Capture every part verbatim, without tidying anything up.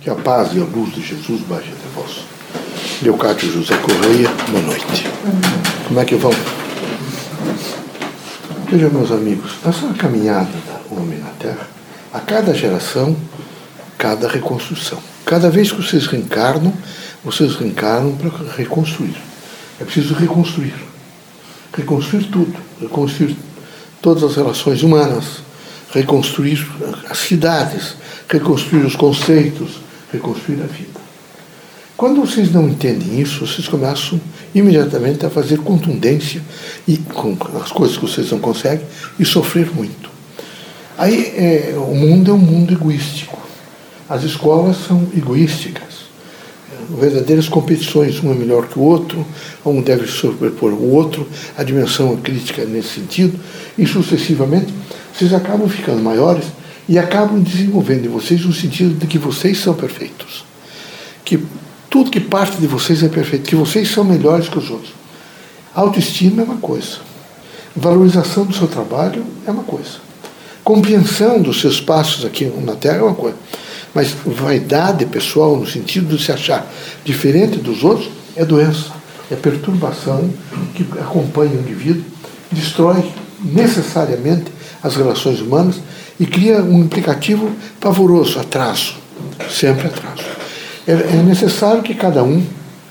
Que a paz e a luz de Jesus baixe até vós. Leocádio José Correia, boa noite. Como é que vão? Vejam, meus amigos, essa caminhada do homem na Terra, a cada geração, cada reconstrução. Cada vez que vocês reencarnam, vocês reencarnam para reconstruir. É preciso reconstruir. Reconstruir tudo. Reconstruir todas as relações humanas. Reconstruir as cidades. Reconstruir os conceitos. Reconstruir a vida. Quando vocês não entendem isso, vocês começam imediatamente a fazer contundência e, com as coisas que vocês não conseguem e sofrer muito. Aí é, o mundo é um mundo egoístico. As escolas são egoísticas. Verdadeiras competições, um é melhor que o outro, um deve sobrepor o outro, a dimensão crítica é nesse sentido, e sucessivamente vocês acabam ficando maiores e acabam desenvolvendo em vocês o sentido de que vocês são perfeitos. Que tudo que parte de vocês é perfeito, que vocês são melhores que os outros. Autoestima é uma coisa. Valorização do seu trabalho é uma coisa. Compreensão dos seus passos aqui na Terra é uma coisa. Mas vaidade pessoal, no sentido de se achar diferente dos outros, é doença. É perturbação que acompanha o indivíduo, destrói necessariamente as relações humanas e cria um implicativo pavoroso, atraso. Sempre atraso. É necessário que cada um,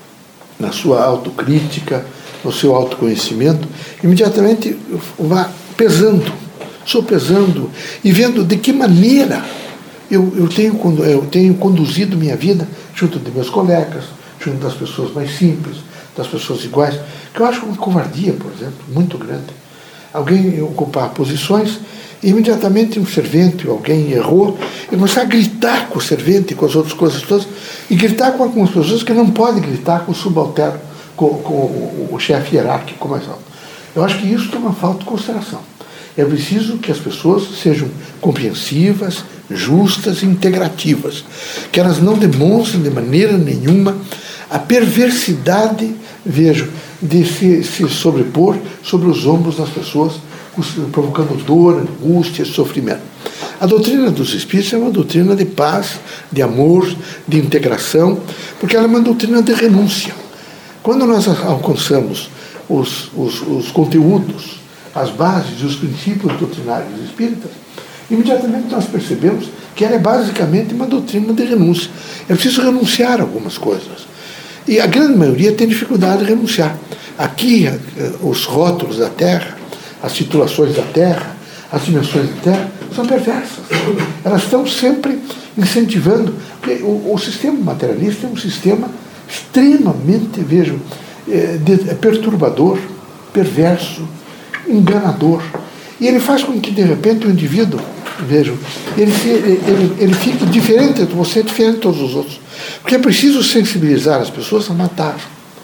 na sua autocrítica, no seu autoconhecimento, imediatamente vá pesando, sopesando e vendo de que maneira eu, eu, tenho, eu tenho conduzido minha vida junto de meus colegas, junto das pessoas mais simples, das pessoas iguais, que eu acho uma covardia, por exemplo, muito grande. Alguém ocupar posições e imediatamente um servente, alguém errou, e começar a gritar com o servente e com as outras coisas todas, e gritar com algumas pessoas que não podem gritar com o subalterno, com, com o, o chefe hierárquico mais alto. Eu acho que isso é uma falta de consideração. É preciso que as pessoas sejam compreensivas, justas e integrativas, que elas não demonstrem de maneira nenhuma a perversidade, vejo, de se, se sobrepor sobre os ombros das pessoas, provocando dor, angústia, sofrimento. A doutrina dos Espíritos é uma doutrina de paz, de amor, de integração, porque ela é uma doutrina de renúncia. Quando nós alcançamos os, os, os conteúdos, as bases e os princípios doutrinários espíritas, imediatamente nós percebemos que ela é basicamente uma doutrina de renúncia. É preciso renunciar a algumas coisas. E a grande maioria tem dificuldade de renunciar. Aqui, os rótulos da Terra, as titulações da Terra, as dimensões da Terra, são perversas. Elas estão sempre incentivando, porque o, o sistema materialista é um sistema extremamente, vejo, é, de, é perturbador, perverso, enganador. E ele faz com que, de repente, o indivíduo, vejo, ele, se, ele, ele fique diferente de você, diferente de todos os outros. Porque é preciso sensibilizar as pessoas a matar.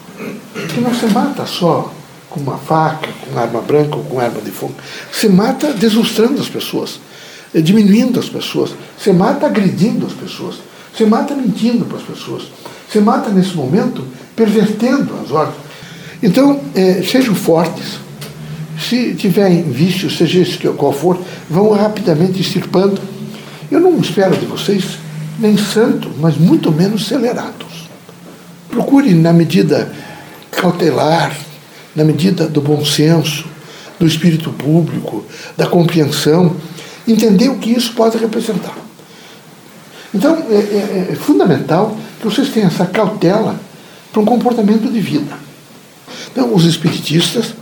Porque não se mata só com uma faca, com arma branca ou com arma de fogo. Se mata desustrando as pessoas, diminuindo as pessoas. Se mata agredindo as pessoas. Se mata mentindo para as pessoas. Se mata, nesse momento, pervertendo as ordens. Então, é, sejam fortes. Se tiverem vício, seja esse qual for, vão rapidamente extirpando. Eu não espero de vocês nem santos, mas muito menos acelerados. Procure, na medida cautelar, na medida do bom senso, do espírito público, da compreensão, entender o que isso pode representar. Então, é, é, é fundamental que vocês tenham essa cautela para um comportamento de vida. Então, os espiritistas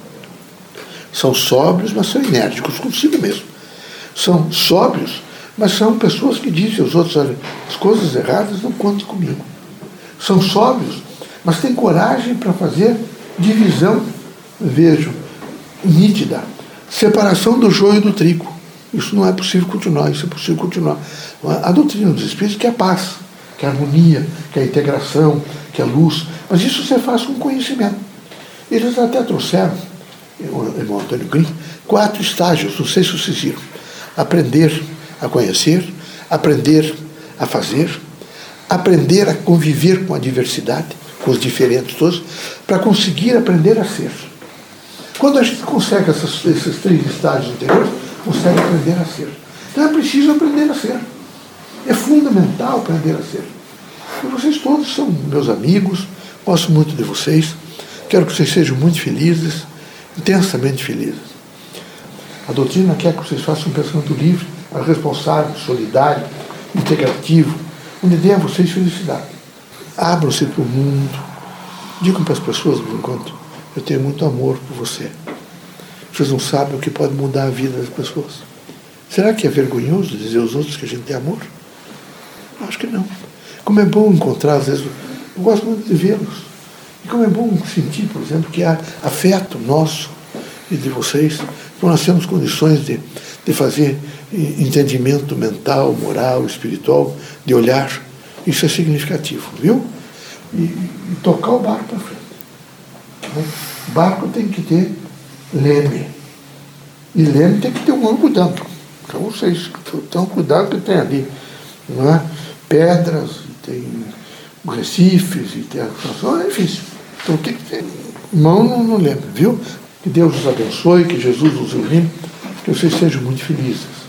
são sóbrios, mas são enérgicos consigo mesmo. São sóbrios, mas são pessoas que dizem aos outros, olha, as coisas erradas não contem comigo. São sóbrios, mas têm coragem para fazer divisão, vejo, nítida, separação do joio e do trigo. Isso não é possível continuar, isso é possível continuar. A doutrina dos Espíritos que é a paz, que é a harmonia, que é a integração, que é a luz, mas isso você faz com conhecimento. Eles até trouxeram, o irmão Antônio Green, quatro estágios, não sei se vocês viram. Aprender a conhecer, aprender a fazer, aprender a conviver com a diversidade, com os diferentes todos, para conseguir aprender a ser. Quando a gente consegue essas, esses três estágios anteriores, consegue aprender a ser. Então é preciso aprender a ser. É fundamental aprender a ser. E vocês todos são meus amigos, gosto muito de vocês, quero que vocês sejam muito felizes, intensamente felizes. A doutrina quer que vocês façam um pensamento livre, responsável, solidário, integrativo, onde dê a vocês felicidade. Abram-se para o mundo, digam para as pessoas, por enquanto, eu tenho muito amor por você. Vocês não sabem o que pode mudar a vida das pessoas. Será que é vergonhoso dizer aos outros que a gente tem amor? Acho que não. Como é bom encontrar, às vezes, eu gosto muito de vê-los. E como é bom sentir, por exemplo, que há afeto nosso e de vocês, então nós temos condições de, de fazer entendimento mental, moral, espiritual, de olhar. Isso é significativo, viu? E, e tocar o barco para frente. O barco tem que ter leme. E leme tem que ter um algodão. Então vocês tenham cuidado que tem ali, não é? Pedras, tem recifes, e tem a é difícil. Então tem que ter mão no, no leme, viu? Que Deus os abençoe, que Jesus os ilumine, que vocês sejam muito felizes.